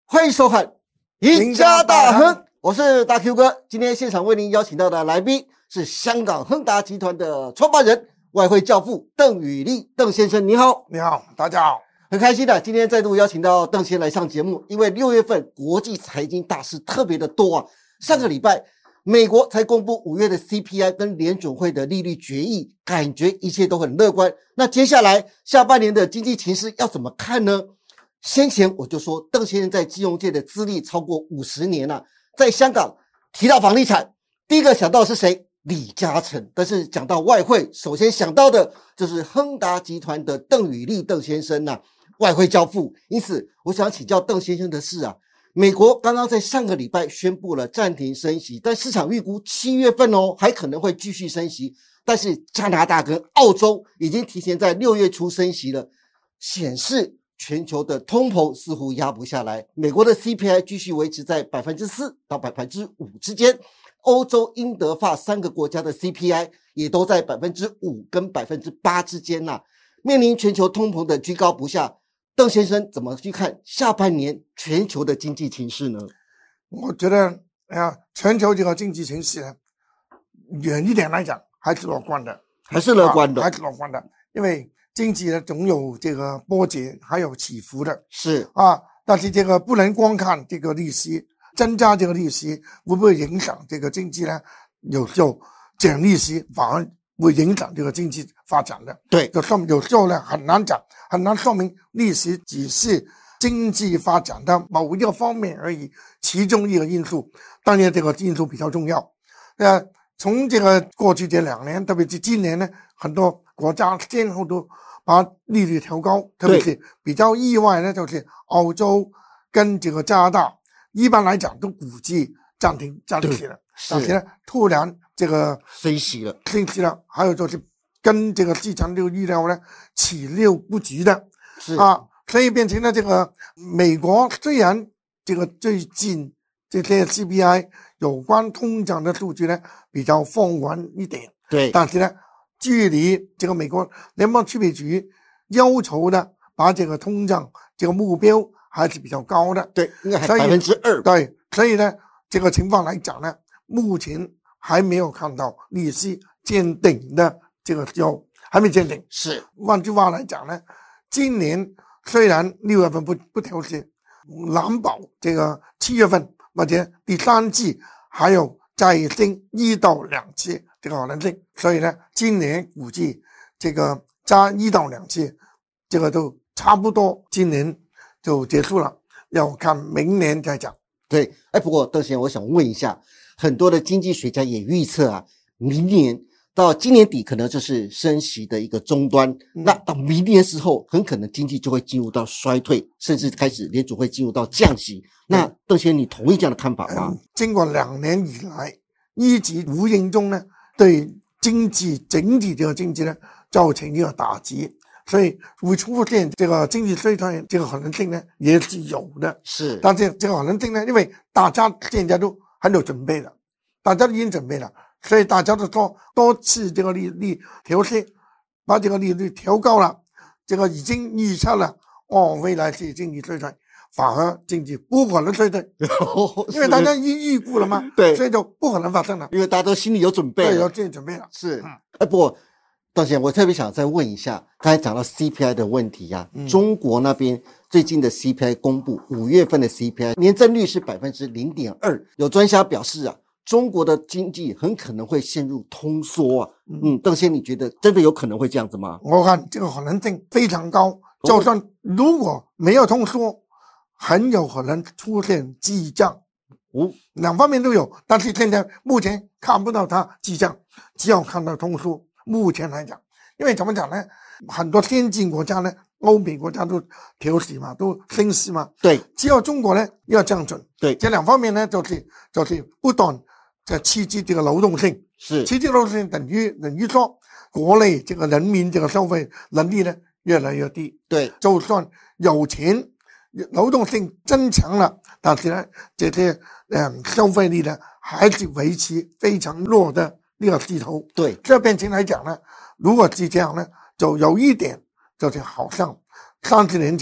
欢迎收看《赢家大亨》，我是大 Q 哥。今天现场为您邀请到的来宾是香港亨达集团的创办人、外汇教父邓宇立，邓先生，你好。 你好，大家好。 很开心的，今天再度邀请到邓先生来上节目，因为6月份国际财经大事特别的多啊。上个礼拜，美国才公布5月的 CPI 跟联准会的利率决议，感觉一切都很乐观。那接下来下半年的经济情势要怎么看呢？先前我就说，邓先生在金融界的资历超过50年了，在香港提到房地产，第一个想到的是谁？李嘉诚。但是讲到外汇，首先想到的就是亨达集团的邓宇立邓先生啊，外汇教父。因此我想请教邓先生的是啊，美国刚刚在上个礼拜宣布了暂停升息，但市场预估7月份还可能会继续升息，但是加拿大跟澳洲已经提前在6月初升息了，显示全球的通膨似乎压不下来，美国的 CPI 继续维持在 4% 到 5% 之间，欧洲、英、德、法3个国家的 CPI 也都在 5% 跟 8% 之间啊。面临全球通膨的居高不下，邓先生怎么去看下半年全球的经济情势呢？ 我觉得全球这个经济情势呢，远一点来讲还是乐观的， 还是乐观的， 还是乐观的，因为经济呢总有这个波折，还有起伏的， 是啊。但是这个不能光看这个利息，增加这个利息会不会影响这个经济呢？有时候减利息反而会影响这个经济发展的。 对， 有时候呢很难讲，很难说明利息只是经济发展的某一个方面而已，其中一个因素，当然这个因素比较重要。从这个过去这2年，特别是今年呢，很多国家先后都把利率调高，特别是比较意外呢，就是澳洲跟这个加拿大，一般来讲都估计暂停了，但是呢，突然这个升息了， 还有就是跟这个市场这个预料呢起六不及的， 是啊，所以变成了这个美国虽然这个最近这些 CPI 有关通胀的数据呢比较放缓一点， 对， 但是呢，距离这个美国联邦储备局要求的把这个通胀这个目标还是比较高的， 对，应该还2%。 对，所以呢，这个情况来讲呢，目前还没有看到利息见顶的这个还没见顶。 是， 换句话来讲呢，今年虽然6月份不调息，难保这个7月份或者第3季还有再升1到2次这个可能性。所以呢，今年估计这个加1到2次，这个都差不多，今年就结束了，要看明年再讲。 对，不过邓先生，我想问一下，很多的经济学家也预测啊，明年到今年底可能就是升息的一个终端，那到明年时候很可能经济就会进入到衰退，甚至开始联储会进入到降息。那邓先生，你同意这样的看法吗？ 经过2年以来，一直无形中呢对整体这个经济呢造成一个打击，所以会出现这个经济衰退这个可能性呢也是有的。 是， 但是这个可能性呢，因为大家现在都很有准备了，大家都已经准备了，所以大家都说多次这个利率调息，把这个利率调高了，这个已经预测了未来是经济衰退，反而经济不可能衰退，因为大家预估了嘛， 对， 所以就不可能发生了， 因为大家都心里有准备了， 对，有心理准备了。 是，不过邓先生，我特别想再问一下，刚才讲到 CPI 的问题啊，中国那边最近的 CPI 公布，5月份的 CPI 年增率是 0.2%， 有专家表示啊，中国的经济很可能会陷入通缩啊。邓先生，你觉得真的有可能会这样子吗？ 我看这个可能性非常高，就算如果没有通缩，很有可能出现激降。两方面都有，但是现在目前看不到它激降，只要看到通缩。目前来讲，因为怎么讲呢？很多先进国家呢，欧美国家都调息嘛，都升息嘛。 对， 只有中国呢要降准。 对， 这2方面呢，就是不断在刺激这个流动性。 是， 刺激流动性等于说，国内这个人民这个消费能力呢越来越低。 对， 就算有钱，流动性增强了，但是呢，这些消费力呢还是维持非常弱的那个势头。 对， 这变成来讲呢，如果是这样呢，就有一点就是好像30年前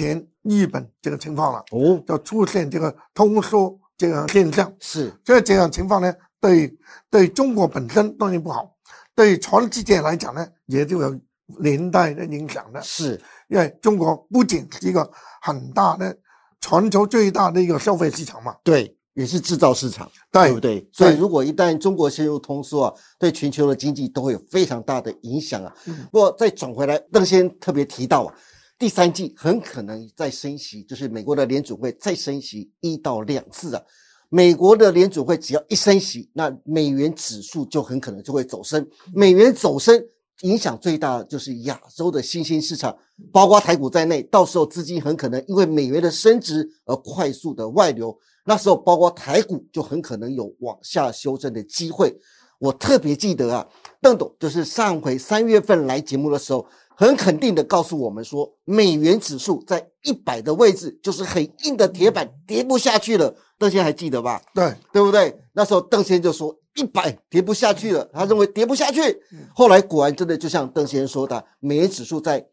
日本这个情况了， 哦， 就出现这个通缩这个现象。 是， 这样情况呢，对中国本身当然不好，对全世界来讲呢，也就有连带的影响的。 是， 因为中国不仅是一个很大的全球最大的一个消费市场嘛， 对，也是制造市场， 对对不对？所以如果一旦中国陷入通缩啊，对全球的经济都会有非常大的影响啊。不过再转回来，邓先特别提到啊，第三季很可能再升息，就是美国的联准会再升息1到2次啊。美国的联准会只要一升息，那美元指数就很可能就会走升。美元走升，影响最大的就是亚洲的新兴市场，包括台股在内，到时候资金很可能因为美元的升值而快速的外流，那时候包括台股就很可能有往下修正的机会。我特别记得啊，邓董就是上回3月份来节目的时候，很肯定的告诉我们说，美元指数在100的位置就是很硬的铁板，跌不下去了。邓先还记得吧？对不对？那时候邓先就说100跌不下去了，他认为跌不下去。后来果然真的就像邓先说的，美元指数在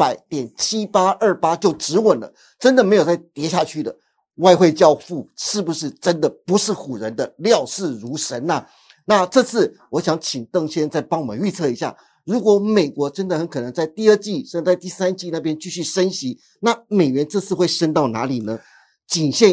100.7828就止稳了，真的没有再跌下去的。外汇教父是不是真的不是唬人的，料事如神呐？那这次我想请邓先再帮我们预测一下，如果美国真的很可能在第2季甚至在第3季那边继续升息，那美元这次会升到哪里呢？仅限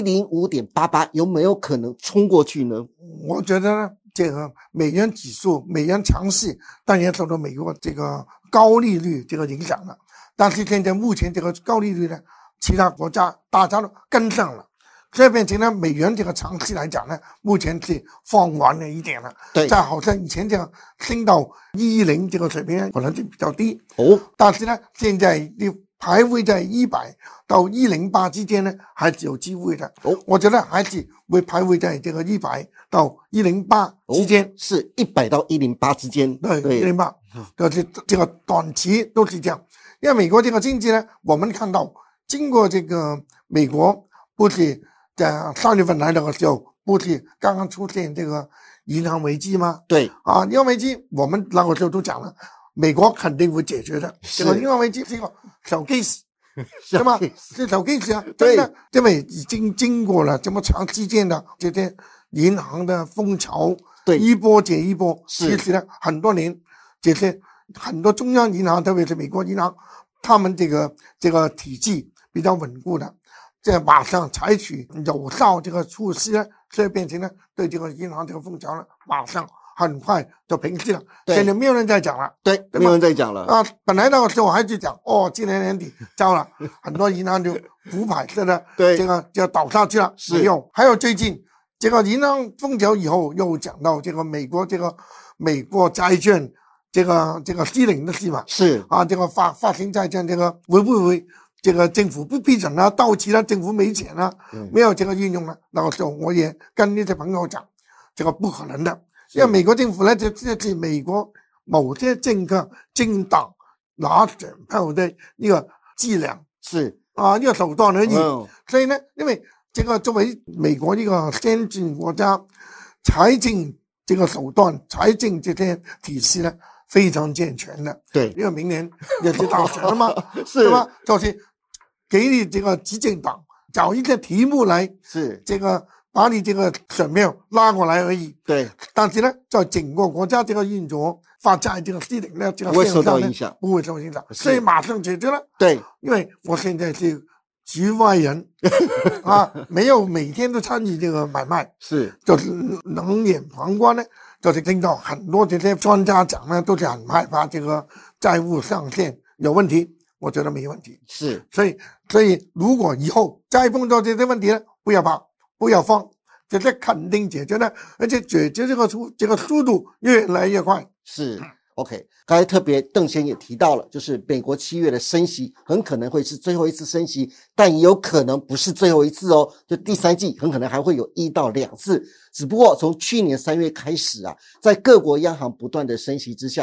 105.88有没有可能冲过去呢？ 我觉得呢，这个美元指数美元强势，当然受到美国这个高利率这个影响了。但是现在目前这个高利率呢，其他国家大家都跟上了，这边成了美元这个长期来讲呢，目前是放缓了一点了。 对， 再好像以前这样升到10这个水平可能就比较低哦， 但是呢，现在你徘徊在100到108之间呢，还是有机会的。我觉得还是会徘徊在这个100到108之间， 是100到108之间。 对，108，这个短期都是这样。因为美国这个经济呢，我们看到经过这个美国不是在3月份来的时候，不是刚刚出现这个银行危机吗？ 对啊，银行危机我们那个时候都讲了，美国肯定会解决的。这个银行危机是一个小 case， 对吗？是小 case 啊，真的，因为已经经过了这么长时间的这些银行的风潮， 对， 一波接一波， 其实呢很多年，这些很多中央银行，特别是美国银行，他们这个体系比较稳固的，这马上采取有效这个措施呢，所以变成了对这个银行这个风潮呢，马上很快就平息了。现在没有人在讲了， 对，没有人在讲了啊！本来那个时候还去讲，今年年底糟了，很多银行就腐败似的， 对， 这个就倒下去了。没有，还有最近这个银行风潮以后，又讲到这个美国债券这个失灵的事嘛， 是啊，这个发行债券这个会不会这个政府不批准啊，到期了政府没钱啊，没有这个运用了。那个时候我也跟那些朋友讲，这个不可能的。因为美国政府呢，这是美国某些政党拿选票的一个伎俩， 是啊，一个手段而已。所以呢，因为这个作为美国一个先进国家，财政这个手段、财政这些体系呢，非常健全的。 对， 因为明年也是大选了嘛， 是， 对吧？就是给你这个执政党找一个题目来， 是这个。把你这个选票拉过来而已， 对。 但是呢，在整个国家这个运作、发债这个事情呢，这个不会受到影响， 不会受影响，所以马上解决了。 对， 因为我现在是局外人啊，没有每天都参与这个买卖， 是， 就是冷眼旁观呢，就是听到很多这些专家讲呢，都是很害怕这个债务上限有问题，我觉得没问题。 是， 所以如果以后再碰到这些问题呢，不要怕。不要慌，这些肯定解决了，而且解决这个速度越来越快。 是 OK， 刚才特别邓先也提到了，就是美国7月的升息很可能会是最后一次升息，但也有可能不是最后一次哦，就第3季很可能还会有1到2次。只不过从去年3月开始啊，在各国央行不断的升息之下，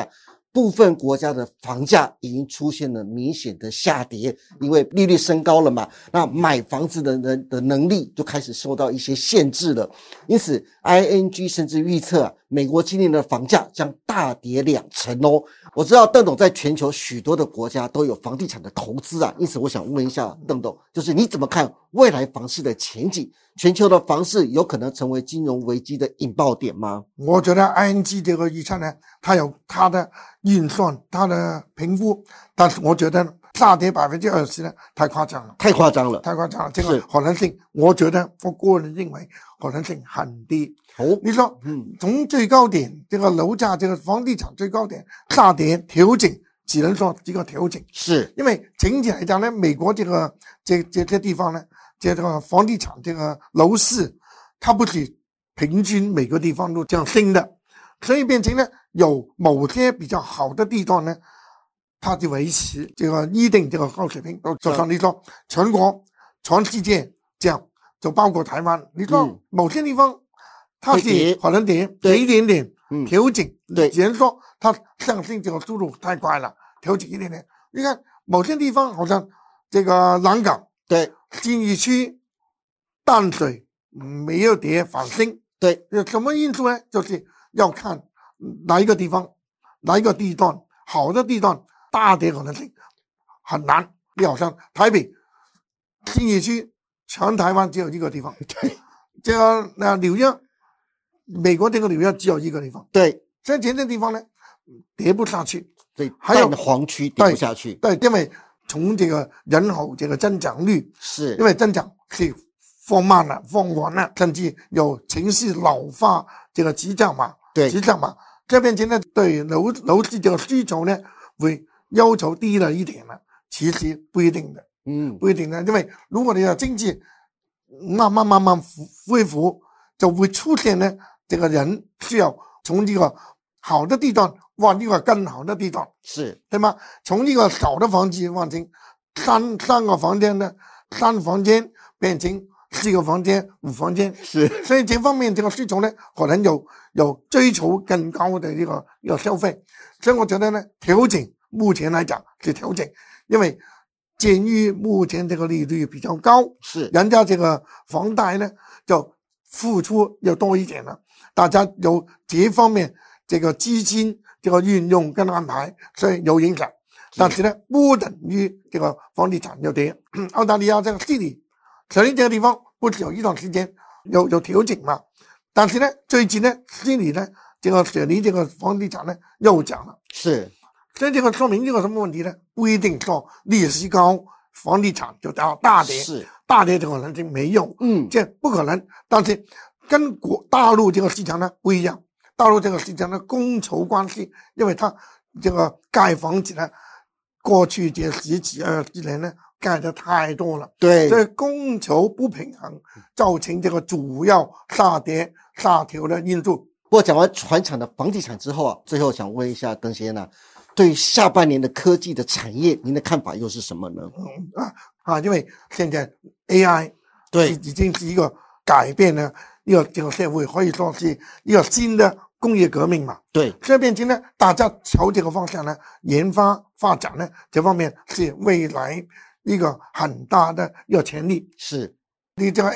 部分国家的房价已经出现了明显的下跌，因为利率升高了嘛，那买房子的人的能力就开始受到一些限制了。因此 ING 甚至预测美国今年的房价将大跌20%哦。我知道邓董在全球许多的国家都有房地产的投资啊，因此我想问一下邓董，就是你怎么看未来房市的前景？全球的房市有可能成为金融危机的引爆点吗？ 我觉得 ING 这个预测呢，它有它的运算，它的评估，但是我觉得下跌20%呢，太夸张了， 太夸张了， 太夸张了。这个可能性，我觉得我个人认为可能性很低。你说，从最高点这个楼价，这个房地产最高点下跌调整，只能说这个调整， 是因为整体来讲呢，美国这个这地方呢，这个房地产这个楼市，它不是平均每个地方都这样升的，所以变成呢，有某些比较好的地段呢，它就维持这个一定这个高水平。就像你说，全国、全世界这样，就包括台湾，你说某些地方它是可能跌一点点，调整， 对， 只能说它上升这个速度太快了，调整一点点。你看某些地方好像这个南港， 对， 信义区、淡水没有跌反升， 对， 什么因素呢？就是要看哪一个地方、哪一个地段，好的地段大跌可能性很难。你好像台北信义区，全台湾只有一个地方， 对， 这个纽约，美国这个纽约只有一个地方， 对， 所以这些地方呢跌不下去， 对， 还有黄区跌不下去， 对，因为从这个人口这个增长率， 是因为增长是放慢了、放缓了，甚至有城市老化这个迹象嘛， 对， 迹象嘛，这边现在对楼市这个需求呢会要求低了一点了，其实不一定的，不一定的，因为如果你的经济慢慢恢复，就会出现呢，这个人需要从这个好的地段往一个更好的地段， 是对吗？从一个小的房子换成三个房间的3个房间变成4个房间、5房间， 是， 所以这方面这个需求呢，可能有追求更高的一个消费，所以我觉得呢，调整目前来讲是调整，因为鉴于目前这个利率比较高， 是人家这个房贷呢就付出要多一点了，大家有这方面这个基金这个运用跟安排，所以有影响。但是呢，不等于这个房地产要跌。澳大利亚这个悉尼这个地方不是有一段时间有调整嘛？但是呢，最近呢，悉尼呢这个悉尼这个房地产呢又涨了， 是， 所以这个说明这个什么问题呢？不一定说利息高，房地产就大跌， 是大跌这个可能性没有，这不可能。但是跟大陆这个市场呢不一样，大陆这个市场的供求关系，因为它这个盖房子呢，过去这10几20年呢盖的太多了， 对， 所以供求不平衡造成这个主要下调的因素。 不过讲完传产的房地产之后啊，最后想问一下邓先生，对下半年的科技的产业，您的看法又是什么呢？ 因为现在 AI 对已经是一个改变了一个这个社会，可以说是一个新的工业革命嘛。 对， 这变成呢，大家朝这个方向呢研发发展呢，这方面是未来一个很大的一个潜力。 是， 你这个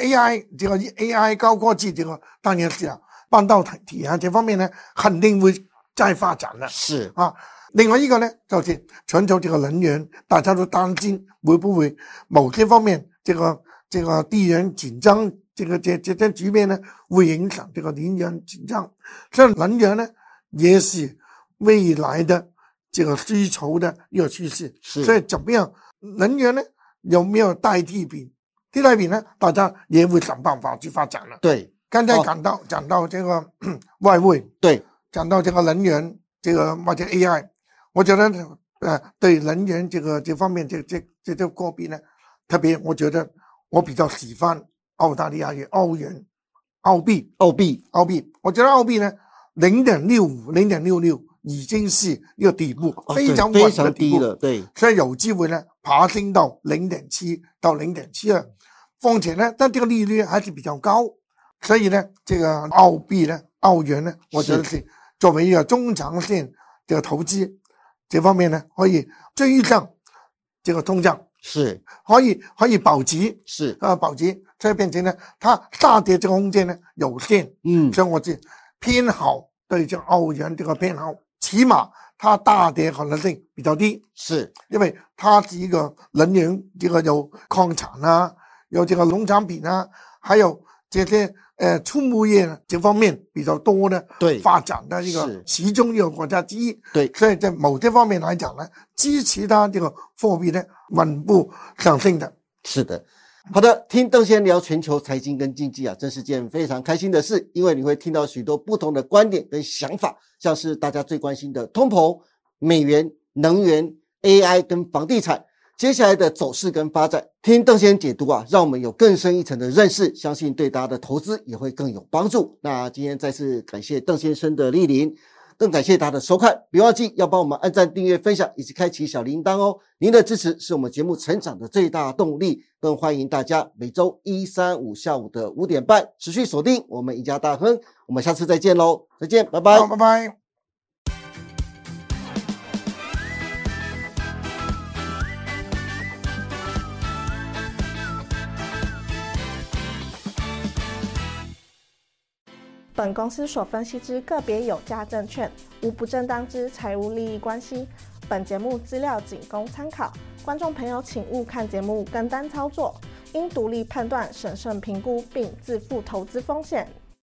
AI 高科技这个当然是半导体啊这方面呢，肯定会再发展的。 是另外一个呢，就是全球这个能源，大家都担心会不会某些方面这个地缘紧张，这局面呢会影响这个能源紧张。所以能源呢也是未来的这个需求的一个趋势。所以怎么样，能源呢有没有代替品？替代品呢，大家也会想办法去发展了。 对， 刚才讲到这个外汇， 对， 讲到这个能源，这个或者 AI。我觉得对能源这方面这货币呢，特别我觉得我比较喜欢澳大利亚元、澳币。我觉得澳币呢 0.65 0.66 已经是一个底部，非常稳的底部了， 对， 所以有机会呢爬升到 0.7 到 0.72。况且呢，但这个利率还是比较高，所以呢，这个澳币呢、澳元呢，我觉得是作为一个中长线这个投资这方面呢可以追上这个通胀， 是可以保值， 是保值，所以变成呢它下跌这个空间呢有限，所以我是偏好对这个欧元这个偏好，起码它大跌可能性比较低， 是因为它是一个能源，这个有矿产啊，有这个农产品啊，还有这些畜牧业呢这方面比较多的对发展的一个其中一个国家之一， 对， 所以在某些方面来讲呢，支持它这个货币呢稳步上升的。 是的。好的，听邓先聊全球财经跟经济啊，真是件非常开心的事，因为你会听到许多不同的观点跟想法，像是大家最关心的通膨、美元、能源、AI 跟房地产接下来的走势跟发展，听邓先解读啊，让我们有更深一层的认识，相信对大家的投资也会更有帮助。那今天再次感谢邓先生的莅临，更感谢大家的收看，别忘记要帮我们按赞、订阅、分享以及开启小铃铛哦。您的支持是我们节目成长的最大动力，更欢迎大家每周1、3、5下午的5点半持续锁定我们赢家大亨。我们下次再见喽，再见，拜拜， 好，拜拜。 本公司所分析之个别有价证券，无不正当之财务利益关系。本节目资料仅供参考，观众朋友请勿看节目跟单操作，应独立判断、审慎评估并自负投资风险。